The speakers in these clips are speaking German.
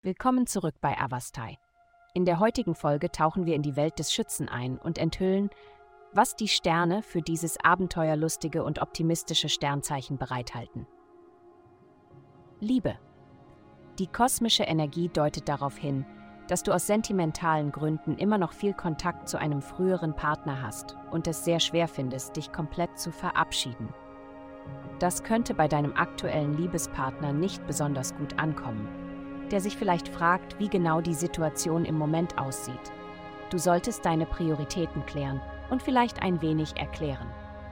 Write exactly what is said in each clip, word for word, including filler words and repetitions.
Willkommen zurück bei Avastai. In der heutigen Folge tauchen wir in die Welt des Schützen ein und enthüllen, was die Sterne für dieses abenteuerlustige und optimistische Sternzeichen bereithalten. Liebe. Die kosmische Energie deutet darauf hin, dass du aus sentimentalen Gründen immer noch viel Kontakt zu einem früheren Partner hast und es sehr schwer findest, dich komplett zu verabschieden. Das könnte bei deinem aktuellen Liebespartner nicht besonders gut ankommen, der sich vielleicht fragt, wie genau die Situation im Moment aussieht. Du solltest deine Prioritäten klären und vielleicht ein wenig erklären.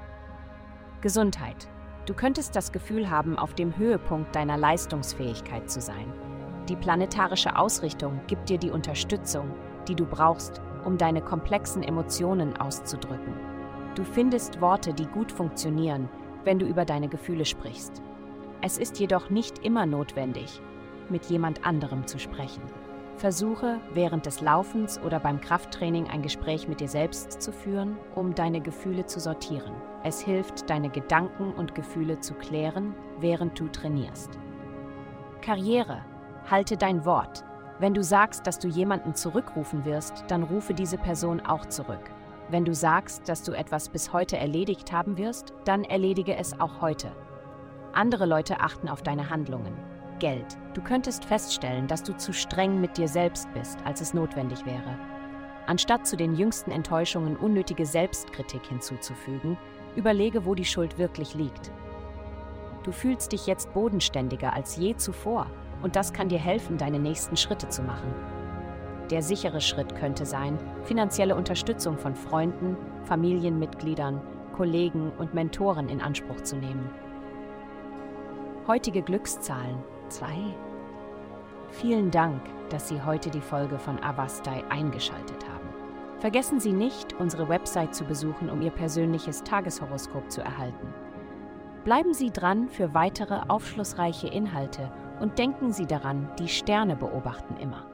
Gesundheit. Du könntest das Gefühl haben, auf dem Höhepunkt deiner Leistungsfähigkeit zu sein. Die planetarische Ausrichtung gibt dir die Unterstützung, die du brauchst, um deine komplexen Emotionen auszudrücken. Du findest Worte, die gut funktionieren, wenn du über deine Gefühle sprichst. Es ist jedoch nicht immer notwendig, mit jemand anderem zu sprechen. Versuche, während des Laufens oder beim Krafttraining ein Gespräch mit dir selbst zu führen, um deine Gefühle zu sortieren. Es hilft, deine Gedanken und Gefühle zu klären, während du trainierst. Karriere. Halte dein Wort. Wenn du sagst, dass du jemanden zurückrufen wirst, dann rufe diese Person auch zurück. Wenn du sagst, dass du etwas bis heute erledigt haben wirst, dann erledige es auch heute. Andere Leute achten auf deine Handlungen. Geld. Du könntest feststellen, dass du zu streng mit dir selbst bist, als es notwendig wäre. Anstatt zu den jüngsten Enttäuschungen unnötige Selbstkritik hinzuzufügen, überlege, wo die Schuld wirklich liegt. Du fühlst dich jetzt bodenständiger als je zuvor und das kann dir helfen, deine nächsten Schritte zu machen. Der sichere Schritt könnte sein, finanzielle Unterstützung von Freunden, Familienmitgliedern, Kollegen und Mentoren in Anspruch zu nehmen. Heutige Glückszahlen zwei. Vielen Dank, dass Sie heute die Folge von Avastai eingeschaltet haben. Vergessen Sie nicht, unsere Website zu besuchen, um Ihr persönliches Tageshoroskop zu erhalten. Bleiben Sie dran für weitere aufschlussreiche Inhalte und denken Sie daran, die Sterne beobachten immer.